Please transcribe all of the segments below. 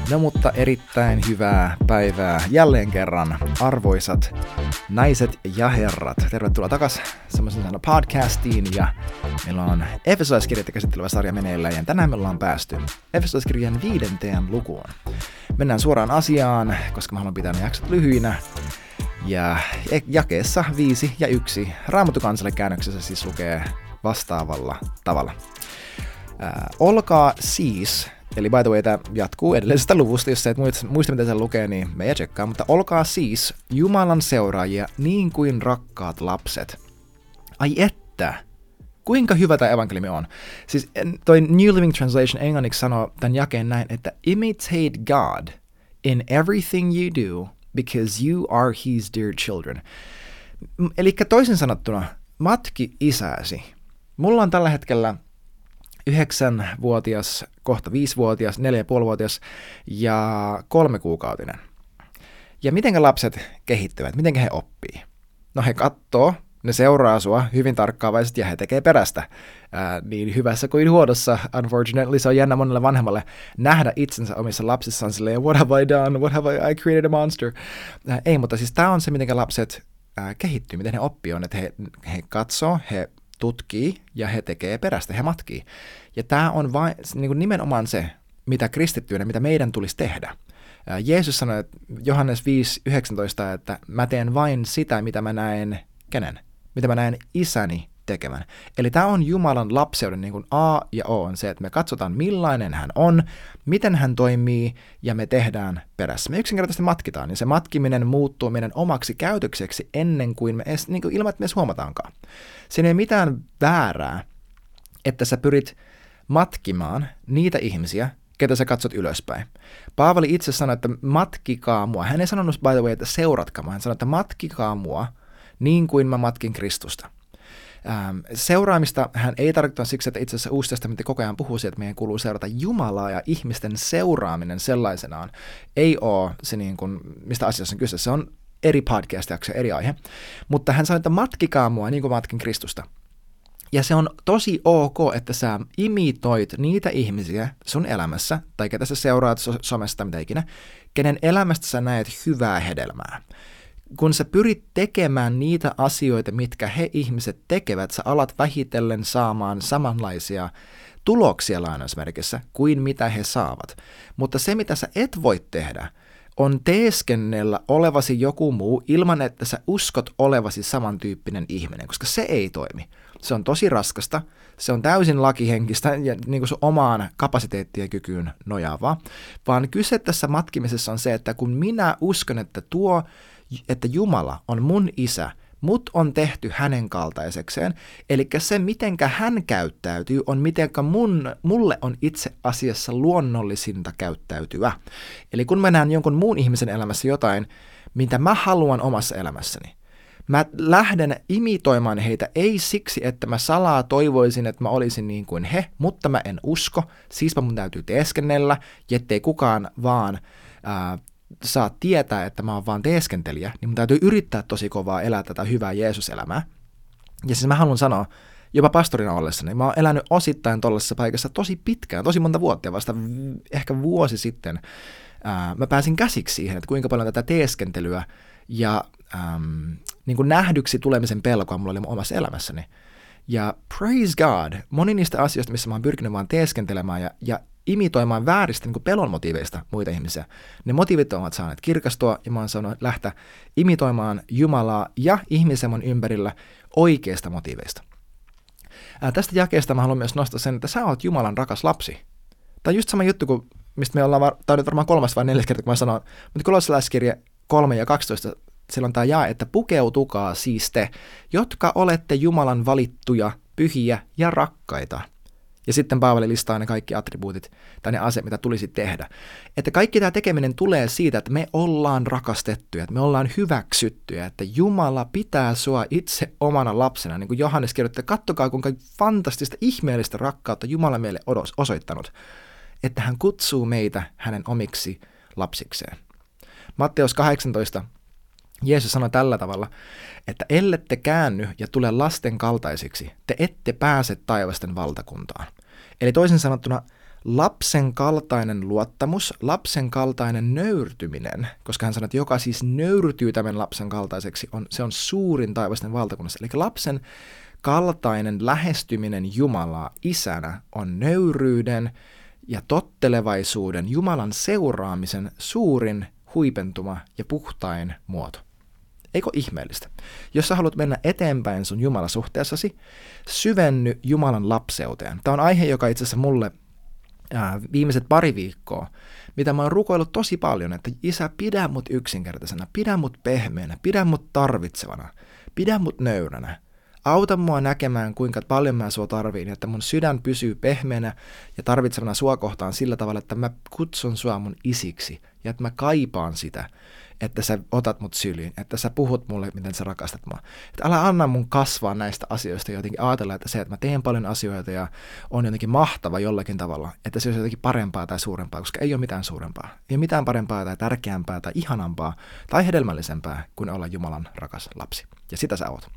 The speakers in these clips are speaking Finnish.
No mutta erittäin hyvää päivää jälleen kerran, arvoisat naiset ja herrat. Tervetuloa takaisin semmoisen podcastiin ja meillä on Efesolaiskirjettä käsittelevä sarja meneillään ja tänään me ollaan päästy Efesolaiskirjan 5. lukuun. Mennään suoraan asiaan, koska mä haluan pitää ne jaksot lyhyinä. Ja jakeessa 5 ja 1 Raamattu kansalle käännöksessä siis lukee vastaavalla tavalla. Olkaa siis, eli by the way, tämä jatkuu edellisestä luvusta, jos sä et muista mitä se lukee, niin meidän tsekkaa, mutta olkaa siis Jumalan seuraajia niin kuin rakkaat lapset. Ai että, kuinka hyvä tämä evankeliumi on. Siis toi New Living Translation englanniksi sanoo tämän jakeen näin, että imitate God in everything you do, because you are his dear children. Eli toisin sanottuna, matki isääsi. Mulla on tällä hetkellä 9-vuotias, kohta 5-vuotias, 4,5-vuotias ja 3-kuukautinen. Ja mitenkä lapset kehittyvät, mitenkä he oppii? No he kattoo, ne seuraa sua hyvin tarkkaavaisesti ja he tekee perästä. Niin hyvässä kuin huonossa, unfortunately, se on jännä monelle vanhemmalle nähdä itsensä omissa lapsissaan silleen, what have I done, what have I created a monster? Ei, mutta siis tämä on se, miten lapset kehittyy, miten he oppii on, että he katsoo, he tutkii ja he tekee perästä, he matkii. Ja tämä on vain niin kuin nimenomaan se, mitä kristittyinä, mitä meidän tulisi tehdä. Jeesus sanoi, että Johannes 5:19, että mä teen vain sitä, mitä mä näen kenen? Mitä mä näen isäni tekevän. Eli tämä on Jumalan lapseuden niin kuin A ja O on se, että me katsotaan millainen hän on, miten hän toimii ja me tehdään perässä. Me yksinkertaisesti matkitaan ja se matkiminen muuttuu meidän omaksi käytökseksi ennen kuin me edes, niin kuin ilman, että me edes huomataankaan. Siinä ei ole mitään väärää, että sä pyrit matkimaan niitä ihmisiä, ketä sä katsot ylöspäin. Paavali itse sanoi, että matkikaa mua. Hän ei sanonut by the way, että seuratkaa mua. Hän sanoi, että matkikaa mua niin kuin mä matkin Kristusta. Seuraamista hän ei tarkoita siksi, että itse asiassa Uusi testamentti koko ajan puhuu siitä, että meidän kuuluu seurata Jumalaa ja ihmisten seuraaminen sellaisenaan ei ole se, niin kuin, mistä asiassa on kyse. Se on eri podcast-jakso, eri aihe. Mutta hän sanoi, että matkikaa mua niin kuin matkin Kristusta. Ja se on tosi ok, että sä imitoit niitä ihmisiä sun elämässä, tai ketä sä seuraat somesta, mitä ikinä, kenen elämästä sä näet hyvää hedelmää. Kun sä pyrit tekemään niitä asioita, mitkä he ihmiset tekevät, sä alat vähitellen saamaan samanlaisia tuloksia lainausmerkissä kuin mitä he saavat. Mutta se, mitä sä et voi tehdä, on teeskennellä olevasi joku muu ilman, että sä uskot olevasi samantyyppinen ihminen, koska se ei toimi. Se on tosi raskasta, se on täysin lakihenkistä ja niin kuin sun omaan kapasiteettiin ja kykyyn nojaavaa, vaan kyse tässä matkimisessa on se, että kun minä uskon, että Jumala on mun isä, mut on tehty hänen kaltaisekseen, eli se, mitenkä hän käyttäytyy, on mitenkä mulle on itse asiassa luonnollisinta käyttäytyä. Eli kun mä näen jonkun muun ihmisen elämässä jotain, mitä mä haluan omassa elämässäni, mä lähden imitoimaan heitä, ei siksi, että mä salaa toivoisin, että mä olisin niin kuin he, mutta mä en usko, siispä mun täytyy teeskennellä, ettei kukaan vaan saa tietää, että mä oon vaan teeskentelijä, niin mun täytyy yrittää tosi kovaa elää tätä hyvää Jeesus-elämää. Ja siis mä haluan sanoa, jopa pastorina ollessani, mä oon elänyt osittain tollaisessa paikassa tosi pitkään, tosi monta vuotta, vasta ehkä vuosi sitten mä pääsin käsiksi siihen, että kuinka paljon tätä teeskentelyä ja niin kuin nähdyksi tulemisen pelkoa mulla oli mun omassa elämässäni. Ja praise God, moni niistä asioista, missä mä oon pyrkinyt vaan teeskentelemään ja imitoimaan vääristä niin kuin pelon motiiveista muita ihmisiä. Ne motiivit ovat saaneet kirkastua ja mä oon saanut lähteä imitoimaan Jumalaa ja ihmisen mun ympärillä oikeista motiiveista. Tästä jakeesta mä haluan myös nostaa sen, että sä oot Jumalan rakas lapsi. Tämä on just sama juttu, kuin, mistä me ollaan, tämä on nyt varmaan 3. vai 4. kerta, kun mä sanon, mutta Kolossalaiskirja 3 ja 12, siellä on tämä jae, että pukeutukaa siis te, jotka olette Jumalan valittuja, pyhiä ja rakkaita. Ja sitten Paavali listaa ne kaikki attribuutit tai ne asiat, mitä tulisi tehdä. Että kaikki tämä tekeminen tulee siitä, että me ollaan rakastettuja, että me ollaan hyväksyttyjä, että Jumala pitää sua itse omana lapsena. Niin kuin Johannes kirjoittaa, kattokaa kuinka fantastista, ihmeellistä rakkautta Jumala meille osoittanut, että hän kutsuu meitä hänen omiksi lapsikseen. Matteus 18. Jeesus sanoi tällä tavalla, että ellette käänny ja tule lasten kaltaisiksi, te ette pääse taivasten valtakuntaan. Eli toisin sanottuna, lapsen kaltainen luottamus, lapsen kaltainen nöyrtyminen, koska hän sanoi, että joka siis nöyrtyy tämän lapsen kaltaiseksi, se on suurin taivasten valtakunnassa. Eli lapsen kaltainen lähestyminen Jumalaa isänä on nöyryyden ja tottelevaisuuden, Jumalan seuraamisen suurin huipentuma ja puhtain muoto. Eikö ihmeellistä? Jos sä haluat mennä eteenpäin sun Jumalasuhteessasi, syvenny Jumalan lapseuteen. Tämä on aihe, joka itse asiassa mulle viimeiset pari viikkoa, mitä mä oon rukoillut tosi paljon, että Isä, pidä mut yksinkertaisena, pidä mut pehmeänä, pidä mut tarvitsevana, pidä mut nöyränä. Auta mua näkemään, kuinka paljon mä sua tarviin, että mun sydän pysyy pehmeänä ja tarvitsevana sua kohtaan sillä tavalla, että mä kutsun sua mun isiksi ja että mä kaipaan sitä, että sä otat mut syliin, että sä puhut mulle, miten sä rakastat mua. Että älä anna mun kasvaa näistä asioista ja jotenkin ajatella, että se, että mä teen paljon asioita ja on jotenkin mahtava jollakin tavalla, että se olisi jotenkin parempaa tai suurempaa, koska ei ole mitään suurempaa. Ei ole mitään parempaa tai tärkeämpää tai ihanampaa tai hedelmällisempää kuin olla Jumalan rakas lapsi. Ja sitä sä oot.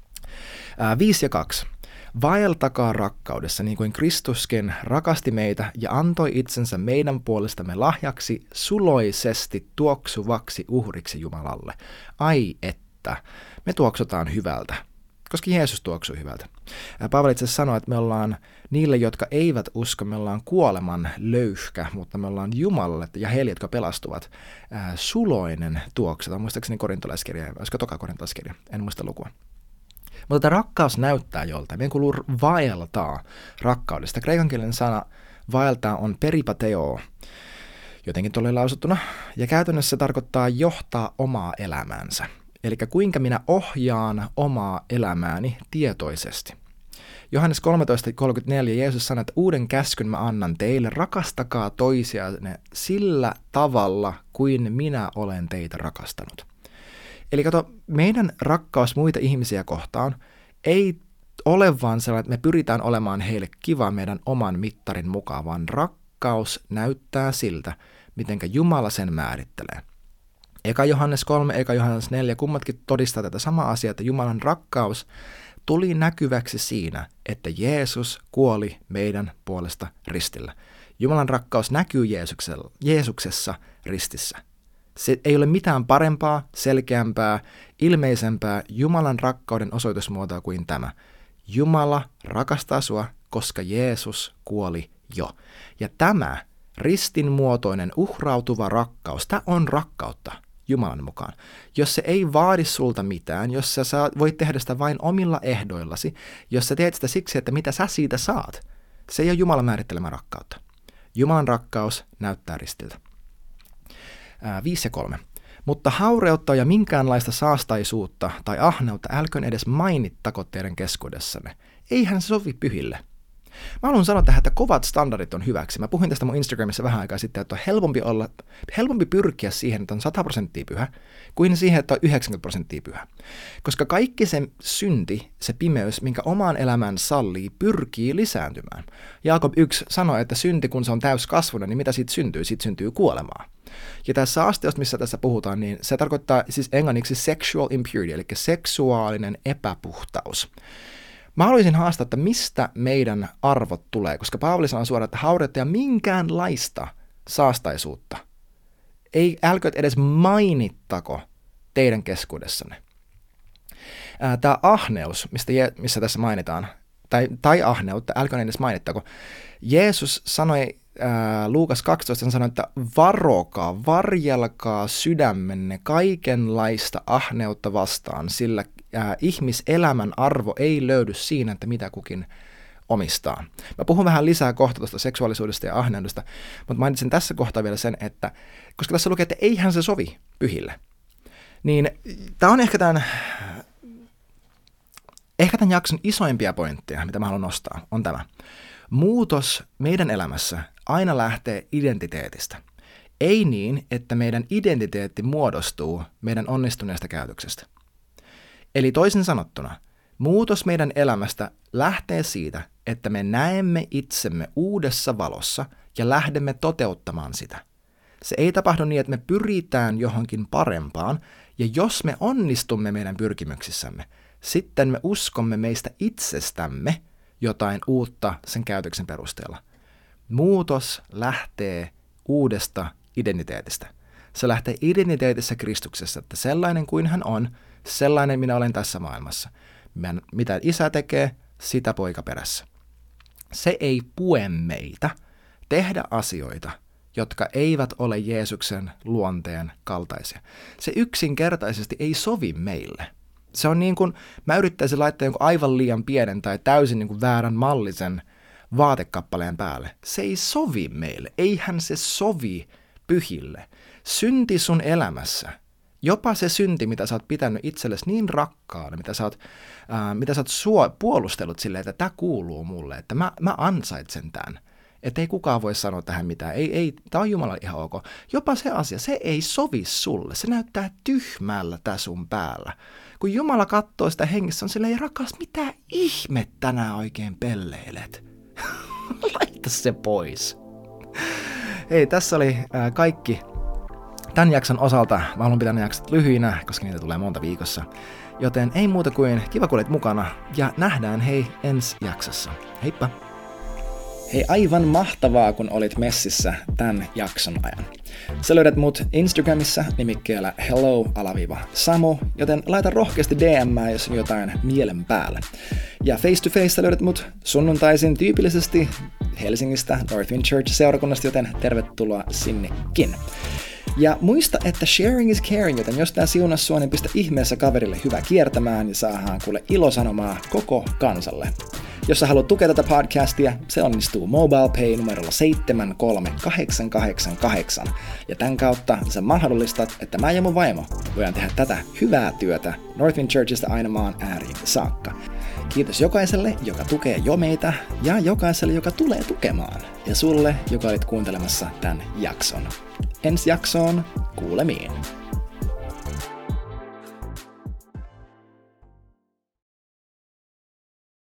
5 ja 2. Vaeltakaa rakkaudessa, niin kuin Kristuskin rakasti meitä ja antoi itsensä meidän puolestamme lahjaksi suloisesti tuoksuvaksi uhriksi Jumalalle. Ai että, me tuoksutaan hyvältä, koska Jeesus tuoksuu hyvältä. Paavali itse asiassa sanoi, että me ollaan niille, jotka eivät usko, me ollaan kuoleman löyhkä, mutta me ollaan Jumalalle ja heille, jotka pelastuvat, suloinen tuoksu. Tämä on muistaakseni korintolaiskirja, olisiko toka korintolaiskirja, en muista lukua. Mutta tämä rakkaus näyttää joltain. Meidän kuuluu vaeltaa rakkaudesta. Kreikankielinen sana vaeltaa on peripateo, jotenkin tuolle lausuttuna. Ja käytännössä se tarkoittaa johtaa omaa elämäänsä. Eli kuinka minä ohjaan omaa elämääni tietoisesti. Johannes 13:34 Jeesus sanoi, että uuden käskyn mä annan teille, rakastakaa toisianne sillä tavalla, kuin minä olen teitä rakastanut. Eli kato, meidän rakkaus muita ihmisiä kohtaan ei ole vaan sellainen, että me pyritään olemaan heille kiva meidän oman mittarin mukaan, vaan rakkaus näyttää siltä, mitenkä Jumala sen määrittelee. Eka Johannes 3, eka Johannes 4, kummatkin todistaa tätä samaa asiaa, että Jumalan rakkaus tuli näkyväksi siinä, että Jeesus kuoli meidän puolesta ristillä. Jumalan rakkaus näkyy Jeesuksessa ristissä. Se ei ole mitään parempaa, selkeämpää, ilmeisempää Jumalan rakkauden osoitusmuotoa kuin tämä. Jumala rakastaa sua, koska Jeesus kuoli jo. Ja tämä ristinmuotoinen uhrautuva rakkaus, tämä on rakkautta Jumalan mukaan. Jos se ei vaadi sulta mitään, jos sä voit tehdä sitä vain omilla ehdoillasi, jos sä teet sitä siksi, että mitä sä siitä saat, se ei ole Jumalan määrittelemä rakkautta. Jumalan rakkaus näyttää ristiltä. 5 ja 3. Mutta haureutta ja minkäänlaista saastaisuutta tai ahneutta älköön edes mainittako teidän keskuudessanne. Eihän se sovi pyhille. Mä haluan sanoa tähän, että kovat standardit on hyväksi. Mä puhuin tästä mun Instagramissa vähän aikaa sitten, että on helpompi pyrkiä siihen, että on 100% pyhä, kuin siihen, että on 90% pyhä. Koska kaikki se synti, se pimeys, minkä omaan elämään sallii, pyrkii lisääntymään. Jaakob 1 sanoi, että synti, kun se on täyskasvuinen, niin mitä siitä syntyy? Siitä syntyy kuolemaa. Ja tässä asteesta, missä tässä puhutaan, niin se tarkoittaa siis englanniksi sexual impurity, eli seksuaalinen epäpuhtaus. Mä haluaisin haastaa, että mistä meidän arvot tulee, koska Paavali sanoo suoraan, että haureutta ja minkäänlaista saastaisuutta. Älkööt edes mainittako teidän keskuudessanne. Tämä ahneus, missä tässä mainitaan, tai ahneutta, älköön edes mainittako. Jeesus sanoi Luukas 12, hän sanoi, että varokaa, varjelkaa sydämenne kaikenlaista ahneutta vastaan, sillä ihmiselämän arvo ei löydy siinä, että mitä kukin omistaa. Mä puhun vähän lisää kohta tuosta seksuaalisuudesta ja ahneudesta, mutta mainitsin tässä kohtaa vielä sen, että koska tässä lukee, että eihän se sovi pyhille, niin tämä on ehkä tämän jakson isoimpia pointteja, mitä mä haluan nostaa, on tämä. Muutos meidän elämässä aina lähtee identiteetistä. Ei niin, että meidän identiteetti muodostuu meidän onnistuneesta käytöksestä. Eli toisin sanottuna, muutos meidän elämästä lähtee siitä, että me näemme itsemme uudessa valossa ja lähdemme toteuttamaan sitä. Se ei tapahdu niin, että me pyritään johonkin parempaan, ja jos me onnistumme meidän pyrkimyksissämme, sitten me uskomme meistä itsestämme jotain uutta sen käytöksen perusteella. Muutos lähtee uudesta identiteetistä. Se lähtee identiteetissä Kristuksessa, että sellainen kuin hän on, sellainen minä olen tässä maailmassa. Mitä isä tekee, sitä poika perässä. Se ei pue meitä tehdä asioita, jotka eivät ole Jeesuksen luonteen kaltaisia. Se yksinkertaisesti ei sovi meille. Se on niin kuin, mä yrittäisin laittaa jonkun aivan liian pienen tai täysin niin kuin väärän mallisen vaatekappaleen päälle. Se ei sovi meille. Eihän se sovi pyhille. Synti sun elämässä, jopa se synti, mitä sä oot pitänyt itsellesi niin rakkaana, mitä sä oot puolustellut silleen, että tämä kuuluu mulle, että mä ansaitsen tämän. Että ei kukaan voi sanoa tähän mitään. Ei, tämä on Jumala ihan ok. Jopa se asia, se ei sovi sulle. Se näyttää tyhmällä tässä sun päällä. Kun Jumala katsoo sitä hengissä, on silleen, rakas, mitä ihmettä nää oikein pelleilet? Laita se pois. Hei, tässä oli kaikki tämän jakson osalta. Mä haluan pitää ne jaksot lyhyinä, koska niitä tulee monta viikossa. Joten ei muuta kuin kiva, kun olet mukana. Ja nähdään hei ensi jaksossa. Heippa! Hei, aivan mahtavaa, kun olit messissä tämän jakson ajan. Sä löydät mut Instagramissa nimikkeellä hello_Samu, joten laita rohkeasti DM:ää, jos on jotain mielen päällä. Ja face to face löydät mut sunnuntaisin tyypillisesti Helsingistä Northwind Church-seurakunnasta, joten tervetuloa sinnekin. Ja muista, että sharing is caring, joten jos tää siunas sua, niin pistä ihmeessä kaverille hyvä kiertämään ja saadaan kuule ilosanomaa koko kansalle. Jos sä haluat tukea tätä podcastia, se onnistuu MobilePay numerolla 73888. Ja tämän kautta sä mahdollistat, että mä ja mun vaimo voidaan tehdä tätä hyvää työtä Northwind Churchista aina maan ääriin saakka. Kiitos jokaiselle, joka tukee jo meitä, ja jokaiselle, joka tulee tukemaan. Ja sulle, joka olit kuuntelemassa tämän jakson. Ensi jaksoon kuulemiin.